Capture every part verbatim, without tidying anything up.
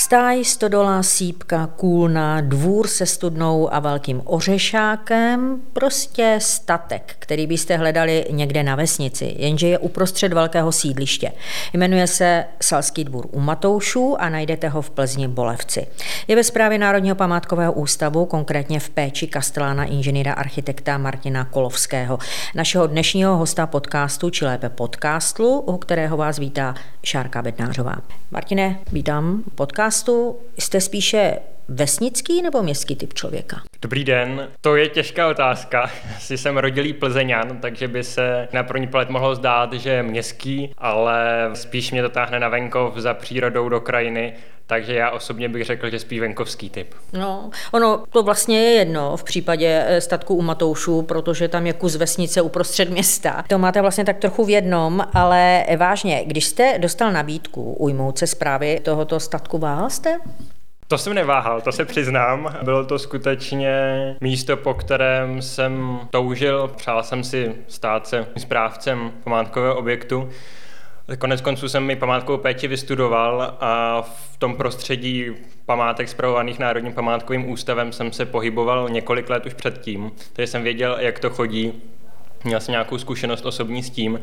Stáj, Stodola, Sýpka, Kůlna, dvůr se studnou a velkým ořešákem, prostě statek, který byste hledali někde na vesnici, jenže je uprostřed velkého sídliště. Jmenuje se Selský dvůr u Matoušů a najdete ho v Plzni Bolevci. Je ve správě Národního památkového ústavu, konkrétně v péči kastelána inženýra architekta Martina Kolovského, našeho dnešního hosta podcastu, či lépe podcastu, u kterého vás vítá Šárka Bednářová. Martine, vítám v podcastu. Jste spíše vesnický nebo městský typ člověka? Dobrý den, to je těžká otázka. Asi jsem rodilý Plzeňan, takže by se na první pohled mohlo zdát, že je městský, ale spíš mě to táhne na venkov za přírodou do krajiny, takže já osobně bych řekl, že spíš venkovský typ. No, ono to vlastně je jedno v případě statku u Matoušů, protože tam je kus vesnice uprostřed města. To máte vlastně tak trochu v jednom, ale vážně, když jste dostal nabídku ujmout se správy tohoto statku, váhal jste? To jsem neváhal, to se přiznám. Bylo to skutečně místo, po kterém jsem toužil. Přál jsem si stát se správcem památkového objektu. Konec konců jsem mi památkovou péči vystudoval a v tom prostředí památek spravovaných Národním památkovým ústavem jsem se pohyboval několik let už předtím. Takže jsem věděl, jak to chodí. Měl jsem nějakou zkušenost osobní s tím,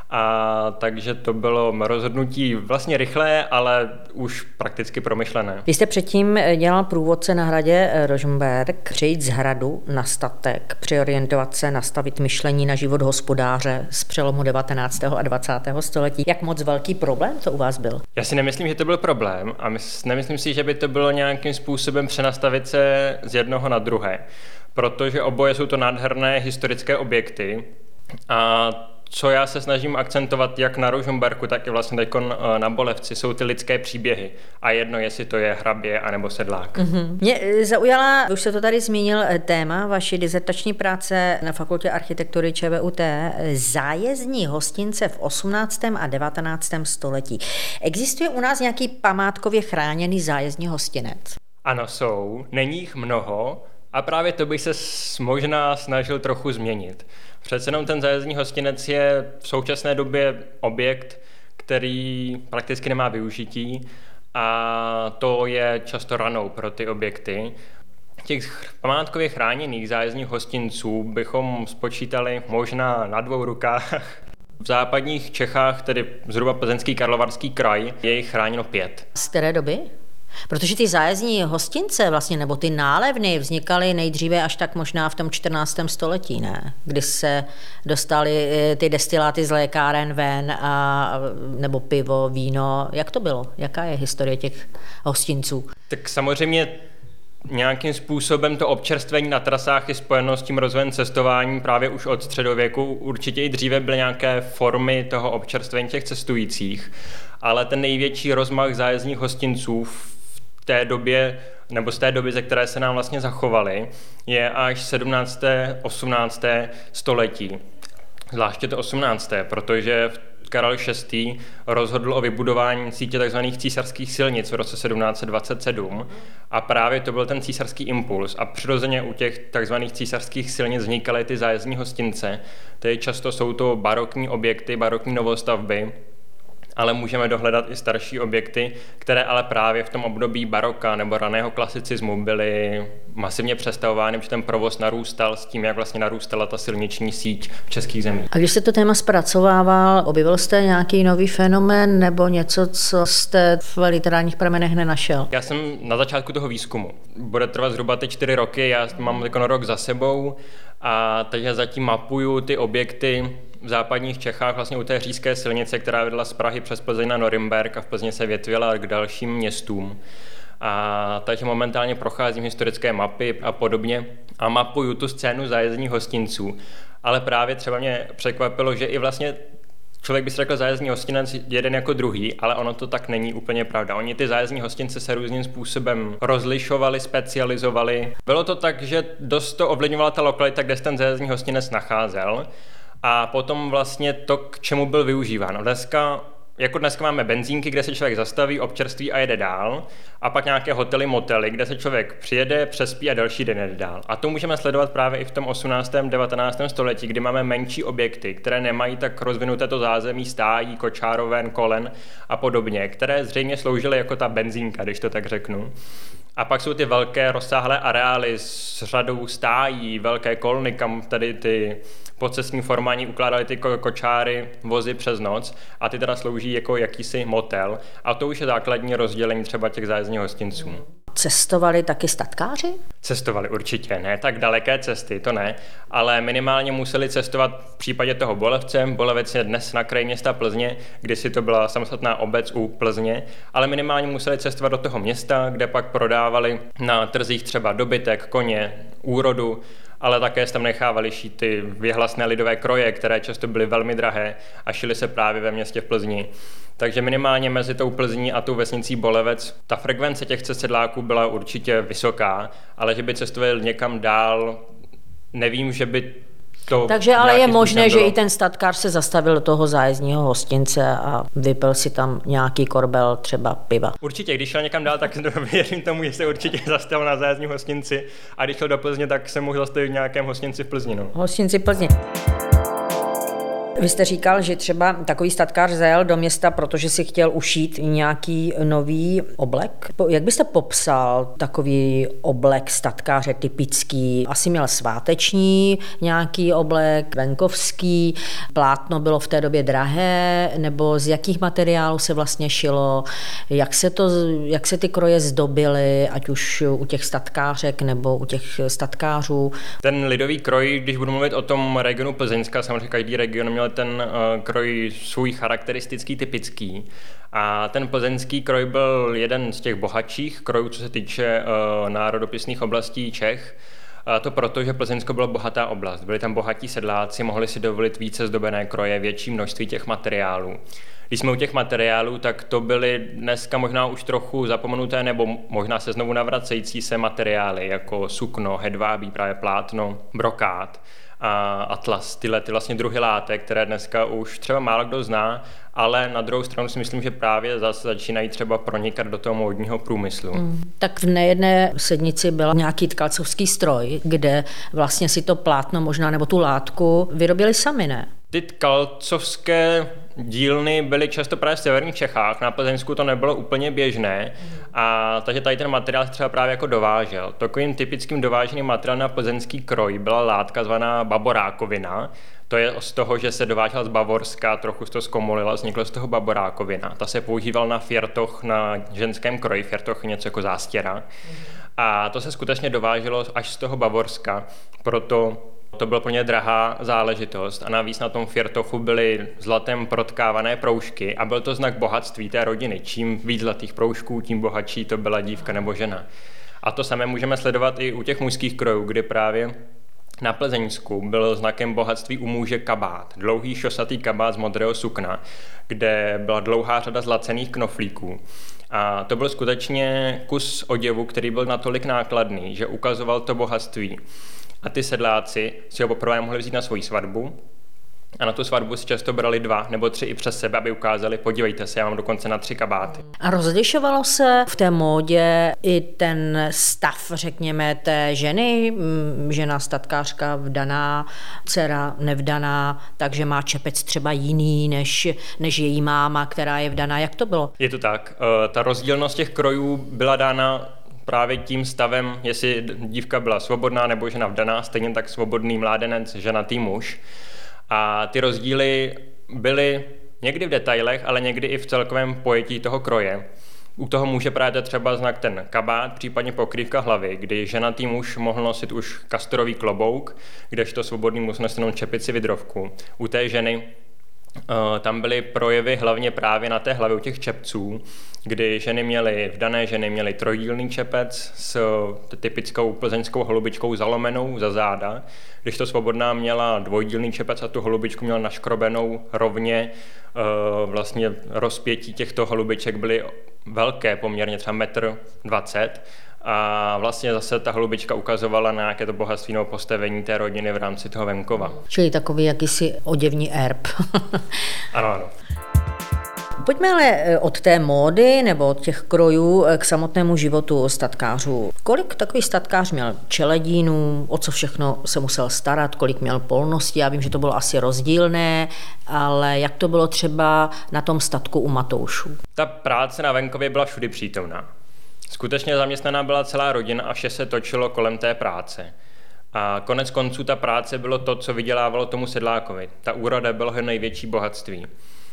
a takže to bylo rozhodnutí vlastně rychlé, ale už prakticky promyšlené. Vy jste předtím dělal průvodce na hradě Rožmberk, přejít z hradu na statek, přeorientovat se, nastavit myšlení na život hospodáře z přelomu devatenáctého a dvacátého století. Jak moc velký problém to u vás byl? Já si nemyslím, že to byl problém a nemyslím si, že by to bylo nějakým způsobem přenastavit se z jednoho na druhé. Protože oboje jsou to nádherné historické objekty a co já se snažím akcentovat jak na Rožmberku, tak i vlastně teď na Bolevci, jsou ty lidské příběhy a jedno, jestli to je hrabě anebo sedlák. Mm-hmm. Mě zaujala, už se to tady zmínil, téma vaší dizertační práce na Fakultě architektury ČVUT, zájezdní hostince v osmnáctém a devatenáctém století. Existuje u nás nějaký památkově chráněný zájezdní hostinec? Ano, jsou. Není jich mnoho. A právě to bych se možná snažil trochu změnit. Přece jenom ten zájezdní hostinec je v současné době objekt, který prakticky nemá využití a to je často ranou pro ty objekty. Těch památkově chráněných zájezdních hostinců bychom spočítali možná na dvou rukách. V západních Čechách, tedy zhruba Plzeňský Karlovarský kraj, je jich chráněno pět. Z které doby? Protože ty zájezdní hostince vlastně, nebo ty nálevny vznikaly nejdříve až tak možná v tom čtrnáctém století, ne? Kdy se dostaly ty destiláty z lékáren ven, a, nebo pivo, víno. Jak to bylo? Jaká je historie těch hostinců? Tak samozřejmě nějakým způsobem to občerstvení na trasách je spojeno s tím rozvojem cestování právě už od středověku. Určitě i dříve byly nějaké formy toho občerstvení těch cestujících, ale ten největší rozmach zájezdních hostinců v té době, nebo z té doby, ze které se nám vlastně zachovaly, je až sedmnácté osmnácté století. Zvláště to osmnácté protože Karel šestý rozhodl o vybudování sítě tzv. Císařských silnic v roce sedmnáct set dvacet sedm a právě to byl ten císařský impuls a přirozeně u těch tzv. Císařských silnic vznikaly ty zájezdní hostince. Tedy často jsou to barokní objekty, barokní novostavby, ale můžeme dohledat i starší objekty, které ale právě v tom období baroka nebo raného klasicismu byly masivně přestavovány, protože ten provoz narůstal s tím, jak vlastně narůstala ta silniční síť v českých zemích. A když jste to téma zpracovával, objevil jste nějaký nový fenomén nebo něco, co jste v literárních pramenech nenašel? Já jsem na začátku toho výzkumu. Bude trvat zhruba ty čtyři roky, já mám jako rok za sebou a takže zatím mapuju ty objekty v západních Čechách, vlastně u té říšské silnice, která vedla z Prahy přes Plzeň na Norimberk a v Plzni se větvila k dalším městům. A takže momentálně procházím historické mapy a podobně a mapuju tu scénu zájezdních hostinců. Ale právě třeba mě překvapilo, že i vlastně člověk by si řekl zájezdní hostinec jeden jako druhý, ale ono to tak není úplně pravda. Oni ty zájezdní hostince se různým způsobem rozlišovali, specializovali. Bylo to tak, že dost to ovlivňovala ta lokalita, kde se ten zájezdní hostinec nacházel. A potom vlastně to, k čemu byl využíván. Dneska Jako dneska máme benzínky, kde se člověk zastaví, občerství a jede dál, a pak nějaké hotely, motely, kde se člověk přijede, přespí a další den jede dál. A to můžeme sledovat právě i v tom osmnáctém devatenáctém století, kdy máme menší objekty, které nemají tak rozvinuté to zázemí stájí, kočároven, kolen a podobně, které zřejmě sloužily jako ta benzínka, když to tak řeknu. A pak jsou ty velké rozsáhlé areály s řadou stájí, velké kolny, kam tady ty podcestní formáni ukládali ty ko- kočáry, vozy přes noc, a ty teda slouží jako jakýsi motel. A to už je základní rozdělení třeba těch zájezdních hostinců. Cestovali taky statkáři? Cestovali určitě, ne tak daleké cesty, to ne, ale minimálně museli cestovat v případě toho Bolevce. Bolevec je dnes na kraji města Plzně, kdysi to byla samostatná obec u Plzně, ale minimálně museli cestovat do toho města, kde pak prodávali na trzích třeba dobytek, koně, úrodu, ale také tam nechávali šít ty věhlasné lidové kroje, které často byly velmi drahé a šily se právě ve městě v Plzni. Takže minimálně mezi tou Plzní a tou vesnicí Bolevec ta frekvence těch sedláků byla určitě vysoká, ale že by cestovali někam dál, nevím, že by to... Takže ale je možné, že i ten statkář se zastavil do toho zájezdního hostince a vypil si tam nějaký korbel třeba piva. Určitě, když šel někam dál, tak věřím tomu, že se určitě zastavil na zájezdním hostinci, a když šel do Plzně, tak se mohl zastavit v nějakém hostinci v Plzni. No. Hostinci v Plzni. Vy jste říkal, že třeba takový statkář zajel do města, protože si chtěl ušít nějaký nový oblek. Jak byste popsal takový oblek statkáře typický? Asi měl sváteční nějaký oblek, venkovský, plátno bylo v té době drahé, nebo z jakých materiálů se vlastně šilo, jak se, to, jak se ty kroje zdobily, ať už u těch statkářek nebo u těch statkářů? Ten lidový kroj, když budu mluvit o tom regionu Plzeňska, samozřejmě každý region měl ten uh, kroj svůj charakteristický, typický. A ten plzeňský kroj byl jeden z těch bohatších krojů, co se týče uh, národopisných oblastí Čech. A to proto, že Plzeňsko byla bohatá oblast. Byli tam bohatí sedláci, mohli si dovolit více zdobené kroje, větší množství těch materiálů. Když jsme u těch materiálů, tak to byly dneska možná už trochu zapomenuté nebo možná se znovu navracející se materiály, jako sukno, hedvábí, právě plátno, brokát a atlas, tyhle ty vlastně druhy látek, které dneska už třeba málo kdo zná, ale na druhou stranu si myslím, že právě zase začínají třeba pronikat do toho módního průmyslu. Mm. Tak v nejedné sednici byl nějaký tkalcovský stroj, kde vlastně si to plátno možná nebo tu látku vyrobili sami, ne? Ty tkalcovské dílny byly často právě v severních Čechách, na Plzeňsku to nebylo úplně běžné, a takže tady ten materiál třeba právě jako dovážel. Takovým typickým dováženým materiálem na plzeňský kroj byla látka zvaná baborákovina. To je z toho, že se dovážela z Bavorska, trochu se to zkomolila, vzniklo z toho baborákovina. Ta se používala na fjertoch na ženském kroji, fjertoch něco jako zástěra. A to se skutečně dováželo až z toho Bavorska, proto to byla plně drahá záležitost, a navíc na tom fjertochu byly zlatem protkávané proužky a byl to znak bohatství té rodiny. Čím víc zlatých proužků, tím bohatší to byla dívka nebo žena. A to samé můžeme sledovat i u těch mužských krojů, kdy právě na Plzeňsku byl znakem bohatství u muže kabát. Dlouhý šosatý kabát z modrého sukna, kde byla dlouhá řada zlacených knoflíků. A to byl skutečně kus oděvu, který byl natolik nákladný, že ukazoval to bohatství. A ty sedláci si ho poprvé mohli vzít na svoji svatbu, a na tu svatbu si často brali dva nebo tři i přes sebe, aby ukázali, podívejte se, já mám dokonce na tři kabáty. A rozlišovalo se v té módě i ten stav, řekněme, té ženy, žena statkářka vdaná, dcera nevdaná, takže má čepec třeba jiný než, než její máma, která je vdaná. Jak to bylo? Je to tak. Ta rozdílnost těch krojů byla dána právě tím stavem, jestli dívka byla svobodná nebo žena vdaná, stejně tak svobodný mládenec, ženatý muž. A ty rozdíly byly někdy v detailech, ale někdy i v celkovém pojetí toho kroje. U toho muže právě třeba znak ten kabát, případně pokrývka hlavy, kdy ženatý muž mohl nosit už kastorový klobouk, kdežto svobodný muž nosil jenom čepici vidrovku. U té ženy Uh, tam byly projevy hlavně právě na té hlavě u těch čepců, kdy ženy měly, vdané ženy měly trojdílný čepec s typickou plzeňskou holubičkou zalomenou za záda, když to svobodná měla dvojdílný čepec a tu holubičku měla naškrobenou rovně. Uh, vlastně rozpětí těchto holubiček byly velké, poměrně třeba metr dvacet. A vlastně zase ta holubička ukazovala na nějaké to bohatství nebo postavení té rodiny v rámci toho venkova. Čili takový jakýsi oděvní erb. Ano, ano. Pojďme ale od té módy nebo od těch krojů k samotnému životu statkářů. Kolik takový statkář měl čeledínů, o co všechno se musel starat, kolik měl polností? Já vím, že to bylo asi rozdílné, ale jak to bylo třeba na tom statku u Matoušů? Ta práce na venkově byla všudy přítomná. Skutečně zaměstnaná byla celá rodina a vše se točilo kolem té práce. A konec konců ta práce bylo to, co vydělávalo tomu sedlákovi. Ta úroda byla jeho největší bohatství.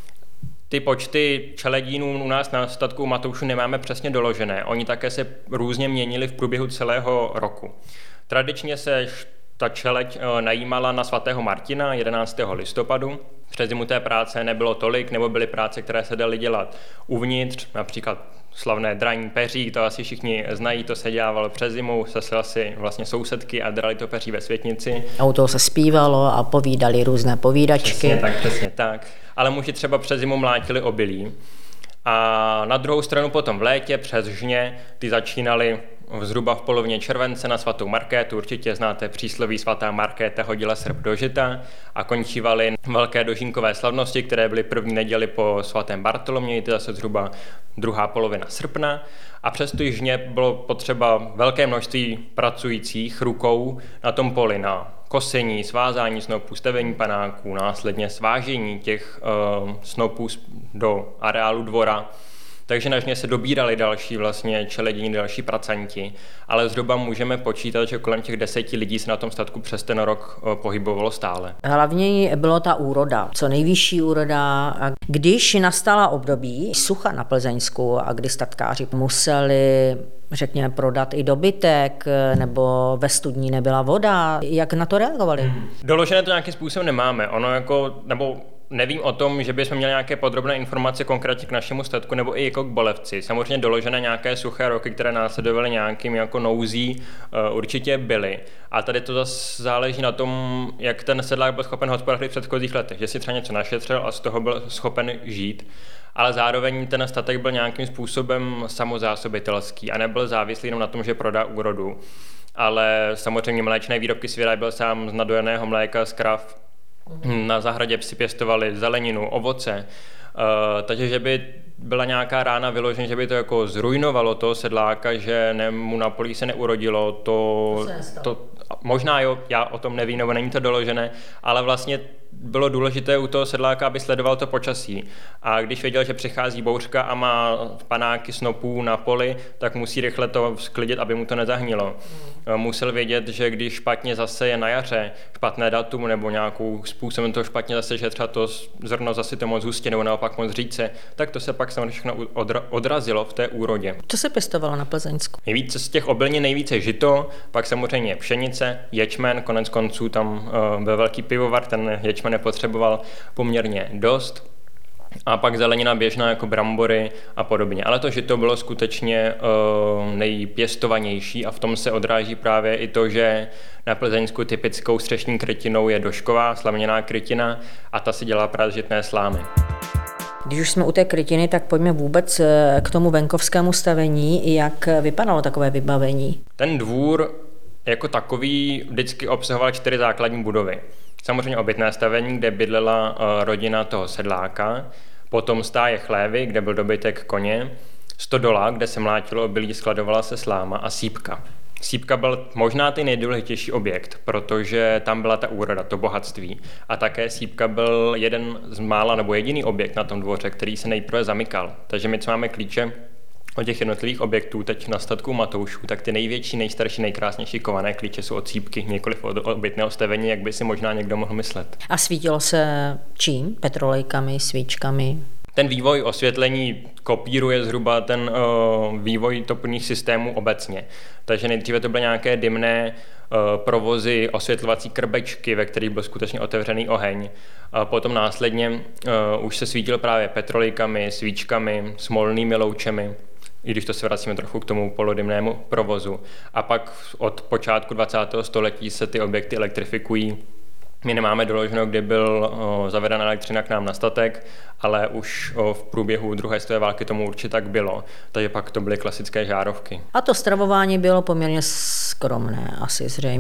Ty počty čeledínů u nás na statku Matoušů nemáme přesně doložené. Oni také se různě měnili v průběhu celého roku. Tradičně se ta čeleď najímala na svatého Martina jedenáctého listopadu. Přes zimu té práce nebylo tolik, nebo byly práce, které se daly dělat uvnitř, například slavné draní peří, to asi všichni znají, to se dělávalo přes zimu, sesly si vlastně sousedky a drali to peří ve světnici. A u toho se zpívalo a povídali různé povídačky. Přesně tak, přesně tak. Ale muži třeba přes zimu mlátili obilí. A na druhou stranu potom v létě přes žně ty začínali zhruba v polovině července na svatou Markétu. Určitě znáte přísloví svatá Markéta hodila srp do žita a končívali velké dožinkové slavnosti, které byly první neděli po svatém Bartoloměji, to zase zhruba druhá polovina srpna. A přes tu žně bylo potřeba velké množství pracujících rukou na tom poli na kosení, svázání snopů, stavení panáků, následně svážení těch uh, snopů do areálu dvora. Takže na žně se dobírali další vlastně čeledění, další pracanti, ale zhruba můžeme počítat, že kolem těch deseti lidí se na tom statku přes ten rok pohybovalo stále. Hlavně bylo ta úroda, co nejvyšší úroda. A když nastala období sucha na Plzeňsku a kdy statkáři museli, řekněme, prodat i dobytek, nebo ve studni nebyla voda, jak na to reagovali? Hmm. Doložené to nějakým způsobem nemáme. Ono jako, nebo nevím o tom, že bychom měli nějaké podrobné informace konkrétně k našemu statku nebo i jako k Bolevci. Samozřejmě doložené nějaké suché roky, které následovaly nějakým jako nouzí, určitě byly. A tady to zase záleží na tom, jak ten sedlák byl schopen hospodařit v předchozích letech. Že si třeba něco našetřil a z toho byl schopen žít. Ale zároveň ten statek byl nějakým způsobem samozásobitelský a nebyl závislý jenom na tom, že prodá úrodu. Ale samozřejmě mléčné výrobky si vyráběl sám z nadojeného mléka z krav. Na zahradě si pěstovali zeleninu, ovoce, uh, takže že by byla nějaká rána vyložena, že by to jako zrujnovalo toho sedláka, že ne, mu na polí se neurodilo, to, to, to možná jo, já o tom nevím, nebo není to doložené, ale vlastně bylo důležité u toho sedláka, aby sledoval to počasí. A když věděl, že přichází bouřka a má panáky snopů na poli, tak musí rychle to sklidit, aby mu to nezahnilo. Mm. Musel vědět, že když špatně zase je na jaře, špatné datum nebo nějakou způsobem to špatně zase, že třeba to zrno zase to moc hustě nebo naopak moc říce, tak to se pak samozřejmě všechno odra- odrazilo v té úrodě. Co se pěstovalo na Plzeňsku? Nejvíce z těch obilnin nejvíce žito, pak samozřejmě pšenice, ječmen, konec konců tam uh, byl velký pivovar, ten ječmen nepotřeboval poměrně dost. A pak zelenina běžná jako brambory a podobně. Ale to žito bylo skutečně uh, nejpěstovanější a v tom se odráží právě i to, že na Plzeňsku typickou střešní krytinou je došková, slaměná krytina a ta si dělá právě žitné slámy. Když už jsme u té krytiny, tak pojďme vůbec k tomu venkovskému stavení. Jak vypadalo takové vybavení? Ten dvůr jako takový vždycky obsahoval čtyři základní budovy. Samozřejmě obytné stavení, kde bydlela rodina toho sedláka, potom stáje chlévy, kde byl dobytek koně, stodola, kde se mlátilo obilí, skladovala se sláma a sýpka. Sýpka byl možná ten nejdůležitější objekt, protože tam byla ta úroda, to bohatství. A také sýpka byl jeden z mála nebo jediný objekt na tom dvoře, který se nejprve zamykal. Takže my, co máme klíče od těch jednotlivých objektů teď na statku Matoušů, tak ty největší, nejstarší, nejkrásnější kované klíče jsou od sýpky, nikoliv od obytného stavení, jak by si možná někdo mohl myslet. A svítilo se čím? Petrolejkami, svíčkami? Ten vývoj osvětlení kopíruje zhruba ten uh, vývoj topných systémů obecně. Takže nejdříve to byly nějaké dymné uh, provozy, osvětlovací krbečky, ve kterých byl skutečně otevřený oheň. A potom následně uh, už se svítil právě petrolejkami, svíčkami, smolnými loučemi, i když to se vracíme trochu k tomu polodymnému provozu. A pak od počátku dvacátého století se ty objekty elektrifikují. My nemáme doloženo, kdy byl o, zavedena elektřina k nám na statek, ale už o, v průběhu druhé světové války tomu určitě tak bylo. Takže pak to byly klasické žárovky. A to stravování bylo poměrně skromné, asi zřejmě.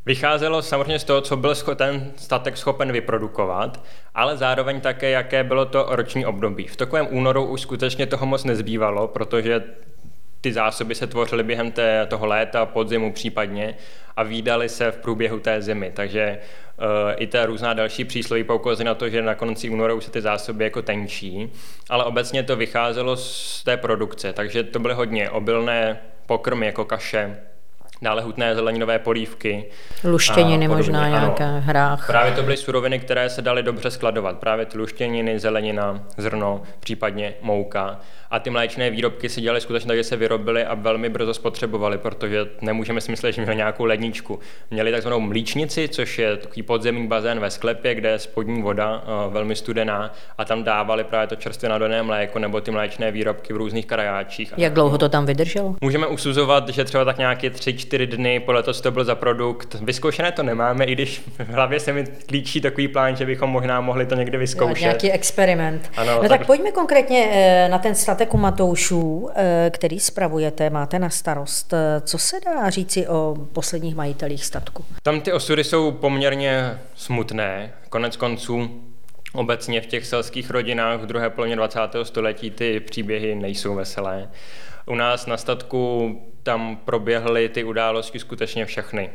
Vycházelo samozřejmě z toho, co byl ten statek schopen vyprodukovat, ale zároveň také, jaké bylo to roční období. V takovém únoru už skutečně toho moc nezbývalo, protože ty zásoby se tvořily během té, toho léta, podzimu případně a vídaly se v průběhu té zimy. Takže uh, i ta různá další přísloví poukazují na to, že na konci února už se ty zásoby jako tenčí, ale obecně to vycházelo z té produkce, takže to byly hodně obilné pokrmy jako kaše, dále hutné zeleninové polívky. Luštěniny možná, nějaké hrách. Právě to byly suroviny, které se daly dobře skladovat. Právě ty luštěniny, zelenina, zrno, případně mouka. A ty mléčné výrobky se dělaly skutečně tak, že se vyrobily a velmi brzo spotřebovaly, protože nemůžeme si myslet, že měli nějakou ledničku. Měli takzvanou mlýčnici, což je takový podzemní bazén ve sklepě, kde je spodní voda velmi studená a tam dávali právě to čerstvě nadojené mléko nebo ty mléčné výrobky v různých krajáčích. Jak dlouho to tam vydrželo? Můžeme usuzovat, že třeba tak nějaké tři čtyři dny, podle toho, co to byl za produkt. Vyzkoušené to nemáme, i když v hlavě se mi klíčí takový plán, že bychom možná mohli to někdy vyzkoušet. Nějaký experiment. Ano, no tak... tak pojďme konkrétně na ten statek u Matoušů, který spravujete, máte na starost. Co se dá říci o posledních majitelích statku? Tam ty osudy jsou poměrně smutné. Konec konců obecně v těch selských rodinách v druhé polovině dvacátého století ty příběhy nejsou veselé. U nás na statku tam proběhly ty události skutečně všechny.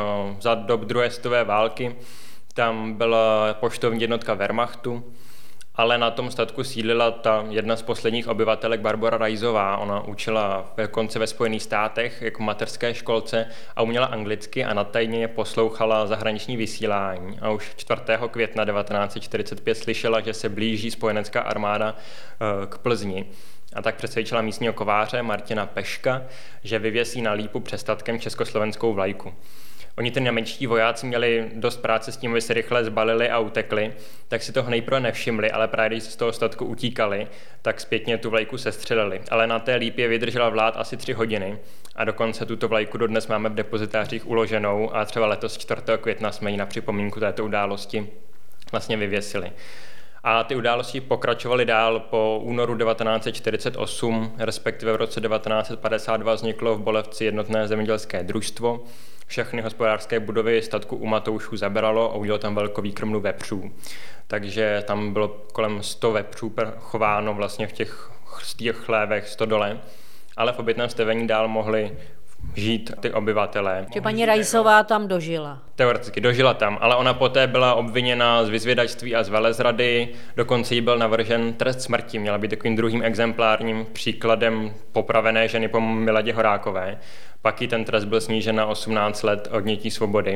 Za dob druhé světové války tam byla poštovní jednotka Wehrmachtu, ale na tom statku sídlila ta jedna z posledních obyvatelek Barbora Rajzová. Ona učila konce ve Spojených státech jako mateřské školce a uměla anglicky a natajně poslouchala zahraniční vysílání. A už čtvrtého května devatenáct set čtyřicet pět slyšela, že se blíží spojenecká armáda k Plzni. A tak přesvědčila místního kováře Martina Peška, že vyvěsí na lípu před statkem československou vlajku. Oni ty němečtí vojáci měli dost práce s tím, aby se rychle zbalili a utekli, tak si toho nejprve nevšimli, ale právě když z toho statku utíkali, tak zpětně tu vlajku sestřelili. Ale na té lípě vydržela vlád asi tři hodiny a dokonce tuto vlajku dodnes máme v depozitářích uloženou a třeba letos čtvrtého května jsme ji na připomínku této události vlastně vyvěsili. A ty události pokračovaly dál po únoru devatenáct set čtyřicet osm, respektive v roce devatenáct set padesát dva vzniklo v Bolevci jednotné zemědělské družstvo. Všechny hospodářské budovy statku u Matoušů zabralo a udělalo tam velkovýkrmnu vepřů. Takže tam bylo kolem sto vepřů chováno vlastně v těch, v těch chlévech, stodole, ale v obytném stavení dál mohli žít ty obyvatelé. Že paní Rajsová tam dožila. Teoreticky dožila tam, ale ona poté byla obviněna z vyzvědačství a z velezrady, dokonce jí byl navržen trest smrti, měla být takovým druhým exemplárním příkladem popravené ženy po Miladě Horákové. Pak jí ten trest byl snížen na osmnáct let odnětí svobody.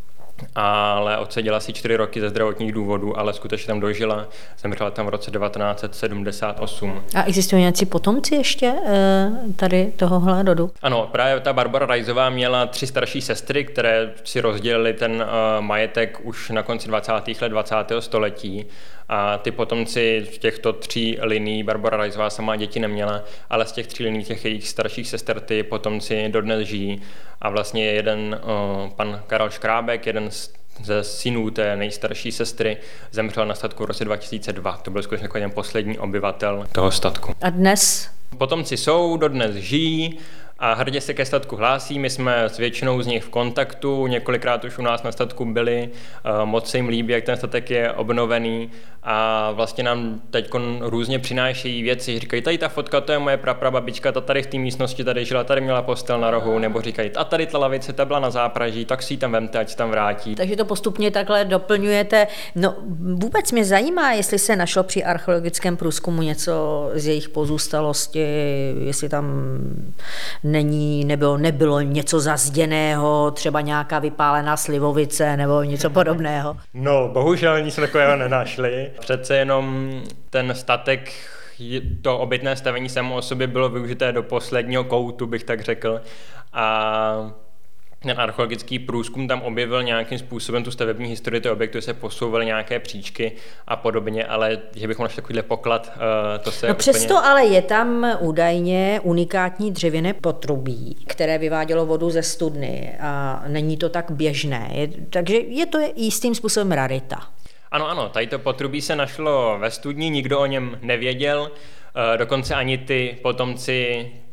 Ale odseděla si čtyři roky ze zdravotních důvodů, ale skutečně tam dožila, zemřela tam v roce devatenáct set sedmdesát osm. A existují nějací potomci ještě tady tohohle rodu? Ano, právě ta Barbora Rajzová měla tři starší sestry, které si rozdělily ten majetek už na konci dvacátých let dvacátého století. A ty potomci z těchto tří liní, Barbora Rajzová sama děti neměla, ale z těch tří liní těch jejich starších sester ty potomci dodnes žijí. A vlastně je jeden o, pan Karel Škrábek, jeden z, ze synů té nejstarší sestry, zemřel na statku v roce dva tisíce dva. To byl skutečně ten poslední obyvatel toho statku. A dnes? Potomci jsou, dodnes žijí a hrdě se ke statku hlásí. My jsme s většinou z nich v kontaktu, několikrát už u nás na statku byli, moc se jim líbí, jak ten statek je obnovený a vlastně nám teď různě přinášejí věci. Říkají, tady ta fotka, to je moje praprababička, ta tady v té místnosti tady žila, tady měla postel na rohu, nebo říkají, a tady ta lavice, ta byla na zápraží, tak si ji tam vemte, ať se tam vrátí. Takže to postupně takhle doplňujete. No vůbec mě zajímá, jestli se našlo při archeologickém průzkumu něco z jejich pozůstalosti, jestli tam není, nebylo, nebylo něco zazděného, třeba nějaká vypálená slivovice nebo něco podobného. No, bohužel nic takového nenašli. Přece jenom ten statek, to obytné stavení samo o sobě bylo využité do posledního koutu, bych tak řekl. A ten archeologický průzkum tam objevil nějakým způsobem tu stavební historii toho objektu, se posouvaly nějaké příčky a podobně, ale že bychom našli takovýhle poklad, to se No úplně... přesto ale je tam údajně unikátní dřevěné potrubí, které vyvádělo vodu ze studny a není to tak běžné, je, takže je to jistým způsobem rarita. Ano, ano, tady to potrubí se našlo ve studni, nikdo o něm nevěděl, dokonce ani ty potomci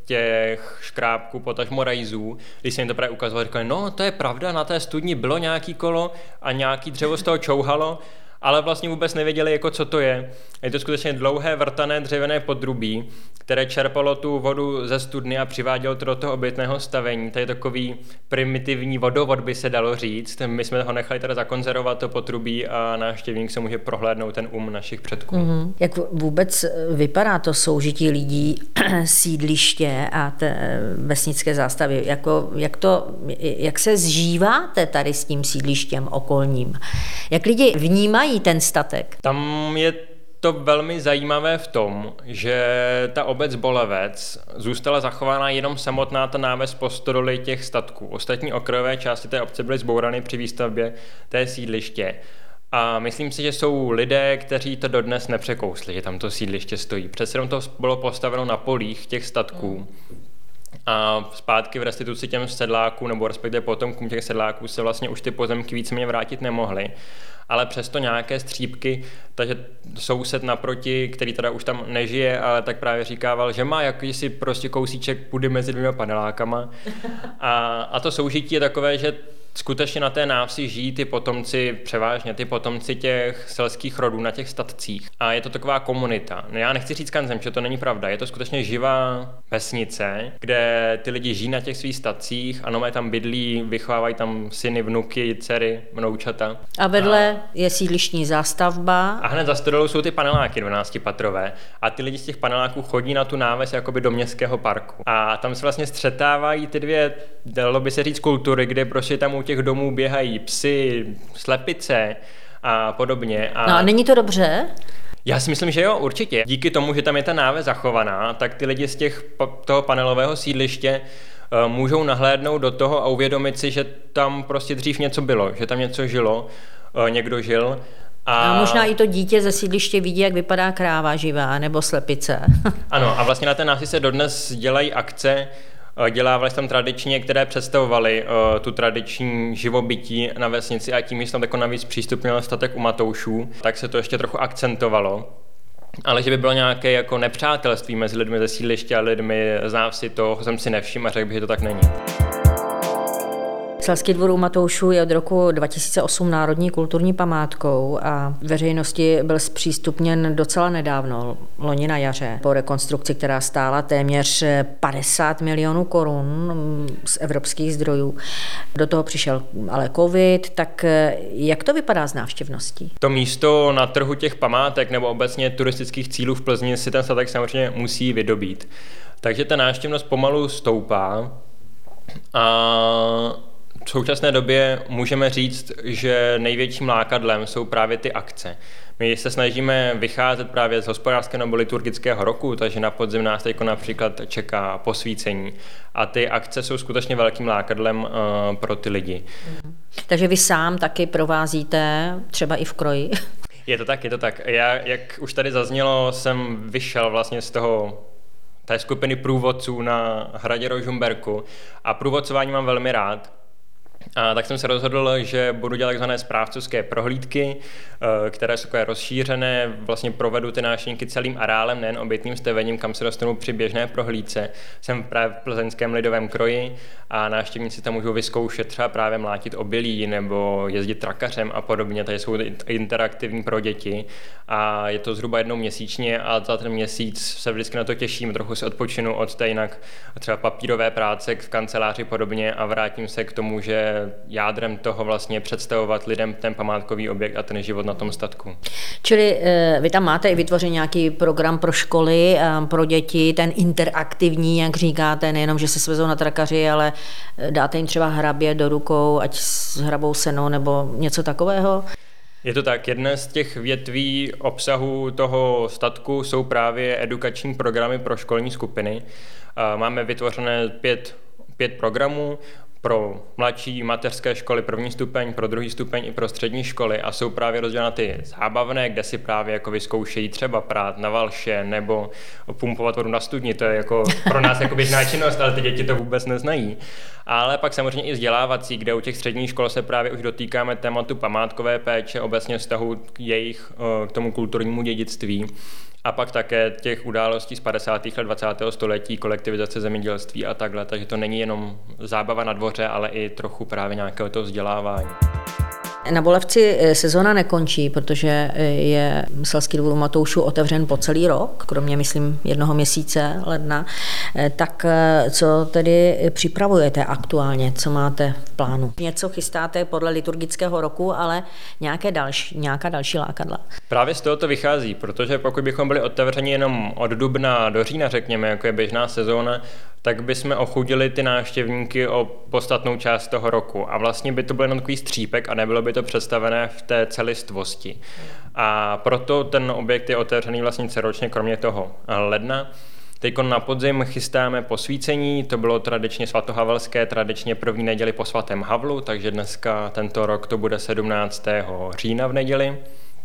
těch škrábků, potažmo rajzů, když se jim to právě ukazovalo, říkali, no to je pravda, na té studni bylo nějaký kolo a nějaký dřevo z toho čouhalo, ale vlastně vůbec nevěděli, jako co to je. Je to skutečně dlouhé vrtané dřevěné podrubí, které čerpalo tu vodu ze studny a přivádělo to do toho obytného stavení. To je takový primitivní vodovod, by se dalo říct. My jsme ho nechali teda zakonzervovat, to potrubí, a návštěvník se může prohlédnout ten um našich předků. Mm-hmm. Jak vůbec vypadá to soužití lidí, sídliště a té vesnické zástavy? Jako, jak, to, jak se zžíváte tady s tím sídlištěm okolním? Jak lidi vnímají ten statek? Tam je to velmi zajímavé v tom, že ta obec Bolevec zůstala zachována jenom samotná ta náves postodoly těch statků. Ostatní okrajové části té obce byly zbourany při výstavbě té sídliště. A myslím si, že jsou lidé, kteří to dodnes nepřekousli, že tam to sídliště stojí. Přece jenom to bylo postaveno na polích těch statků. A zpátky v restituci těm sedlákům, nebo respektive potomkům těch sedláků, se vlastně už ty pozemky víceméně vrátit nemohly. Ale přesto nějaké střípky, takže soused naproti, který teda už tam nežije, ale tak právě říkával, že má jakýsi prostě kousíček půdy mezi dvěma panelákama. A, a to soužití je takové, že skutečně na té návsi žijí ty potomci, převážně ty potomci těch selských rodů na těch statcích. A je to taková komunita. No já nechci říct kancem, že to není pravda. Je to skutečně živá vesnice, kde ty lidi žijí na těch svých statcích, ano, tam bydlí, vychovávají tam syny, vnuky, dcery, vnoučata. A vedle a... je sídlištní zástavba. A hned za stodolou jsou ty paneláky dvanáctipatrové. A ty lidi z těch paneláků chodí na tu náves jakoby do městského parku. A tam se vlastně střetávají ty dvě, dalo by se říct, kultury, kde prostě tam těch domů běhají psy, slepice a podobně. A no a není to dobře? Já si myslím, že jo, určitě. Díky tomu, že tam je ta náves zachovaná, tak ty lidi z těch, toho panelového sídliště uh, můžou nahlédnout do toho a uvědomit si, že tam prostě dřív něco bylo, že tam něco žilo, uh, někdo žil. A... a možná i to dítě ze sídliště vidí, jak vypadá kráva živá nebo slepice. Ano, a vlastně na té návsi se dodnes dělají akce, dělávali tam tradičně, které představovaly uh, tu tradiční živobytí na vesnici, a tím, že tam jako navíc přístupněl statek u Matoušů, tak se to ještě trochu akcentovalo. Ale že by bylo nějaké jako nepřátelství mezi lidmi ze sídliště a lidmi z návsi, to jsem si nevšiml a řekl bych, že to tak není. Selský dvůr u Matoušů je od roku dva tisíce osm národní kulturní památkou a veřejnosti byl zpřístupněn docela nedávno, loni na jaře, po rekonstrukci, která stála téměř padesát milionů korun z evropských zdrojů. Do toho přišel ale covid, tak jak to vypadá s návštěvností? To místo na trhu těch památek nebo obecně turistických cílů v Plzni si ten statek samozřejmě musí vydobít. Takže ta návštěvnost pomalu stoupá a v současné době můžeme říct, že největším lákadlem jsou právě ty akce. My se snažíme vycházet právě z hospodářského nebo liturgického roku, takže na podzim nás jako například čeká posvícení. A ty akce jsou skutečně velkým lákadlem uh, pro ty lidi. Mhm. Takže vy sám taky provázíte třeba i v kroji? Je to tak, je to tak. Já, jak už tady zaznělo, jsem vyšel vlastně z toho té skupiny průvodců na hradě Rožmberku a průvodcování mám velmi rád. A tak jsem se rozhodl, že budu dělat takzvané správcovské prohlídky, které jsou takové rozšířené, vlastně provedu ty návštěvníky celým areálem, nejen obytným stevením, kam se dostanu při běžné prohlídce. Jsem právě v plzeňském lidovém kroji a návštěvníci tam můžou vyzkoušet třeba právě mlátit obilí nebo jezdit trakařem a podobně, tady jsou interaktivní pro děti a je to zhruba jednou měsíčně a za ten měsíc se vždycky na to těším, trochu se odpočinu od té jinak třeba papírové práce v kanceláři podobně a vrátím se k tomu, že jádrem toho vlastně představovat lidem ten památkový objekt a ten život na tom statku. Čili vy tam máte i vytvořit nějaký program pro školy, pro děti, ten interaktivní, jak říkáte, nejenom, že se svezou na trakaři, ale dáte jim třeba hrabě do rukou, ať s hrabou senou nebo něco takového? Je to tak, jedna z těch větví obsahu toho statku jsou právě edukační programy pro školní skupiny. Máme vytvořené pět, pět programů pro mladší mateřské školy první stupeň, pro druhý stupeň i pro střední školy a jsou právě rozdělena ty zábavné, kde si právě jako vyzkoušejí třeba prát na valše nebo pumpovat vodu na studni, to je jako pro nás jako běžná činnost, ale ty děti to vůbec neznají. Ale pak samozřejmě i vzdělávací, kde u těch středních škol se právě už dotýkáme tématu památkové péče, obecně vztahu k jejich, k tomu kulturnímu dědictví. A pak také těch událostí z padesátých let dvacátého století, kolektivizace zemědělství a takhle, takže to není jenom zábava na dvoře, ale i trochu právě nějakého toho vzdělávání. Na Bolevci sezóna nekončí, protože je Selský dvůr u Matoušů otevřen po celý rok, kromě, myslím, jednoho měsíce ledna. Tak co tedy připravujete aktuálně, co máte v plánu? Něco chystáte podle liturgického roku, ale nějaké další, nějaká další lákadla? Právě z toho to vychází, protože pokud bychom byli otevřeni jenom od dubna do října, řekněme, jako je běžná sezóna, tak bychom ochudili ty návštěvníky o podstatnou část toho roku. A vlastně by to byl jenom takový střípek a nebylo by to představené v té celistvosti. A proto ten objekt je otevřený vlastně celoročně, kromě toho ledna. Teď na podzim chystáme posvícení, to bylo tradičně svatohavelské, tradičně první neděli po svatém Havlu, takže dneska tento rok to bude sedmnáctého října v neděli.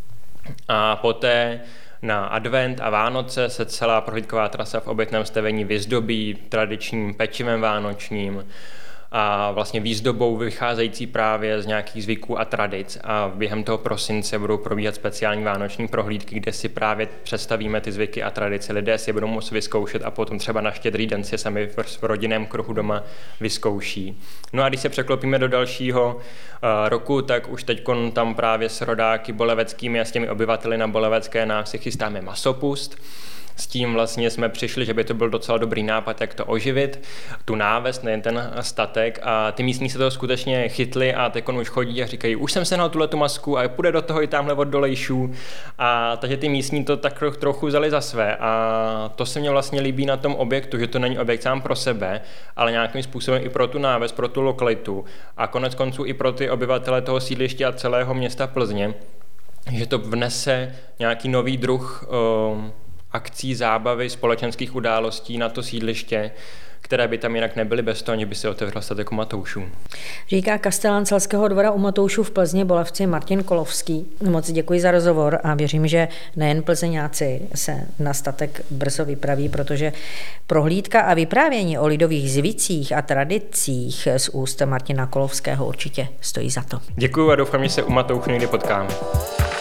A poté na advent a Vánoce se celá prohlídková trasa v obytném stavení vyzdobí tradičním pečivem vánočním a vlastně výzdobou vycházející právě z nějakých zvyků a tradic. A během toho prosince budou probíhat speciální vánoční prohlídky, kde si právě představíme ty zvyky a tradice. Lidé si je budou moct vyzkoušet a potom třeba na Štědrý den si sami v rodinném kruhu doma vyzkouší. No a když se překlopíme do dalšího uh, roku, tak už teď tam právě s rodáky boleveckými a s těmi obyvateli na Bolevecké návsi chystáme masopust. S tím vlastně jsme přišli, že by to byl docela dobrý nápad, jak to oživit, tu náves, nejen ten statek, a ty místní se toho skutečně chytli a teď už chodí a říkají, už jsem se nal tuhletu masku a půjde do toho i tamhle od dolejšů. A takže ty místní to tak trochu vzali za své a to se mně vlastně líbí na tom objektu, že to není objekt sám pro sebe, ale nějakým způsobem i pro tu náves, pro tu lokalitu a konec konců i pro ty obyvatele toho sídliště a celého města Plzně, že to vnese nějaký nový druh um, akcí, zábavy, společenských událostí na to sídliště, které by tam jinak nebyly bez toho, že by se otevřel statek u Matoušů. Říká kastelán Selského dvora u Matoušů v Plzni Bolevci Martin Kolovský. Moc děkuji za rozhovor a věřím, že nejen plzeňáci se na statek brzo vypraví, protože prohlídka a vyprávění o lidových zvicích a tradicích z úst Martina Kolovského určitě stojí za to. Děkuji a doufám, že se u Matoušů někdy potkáme.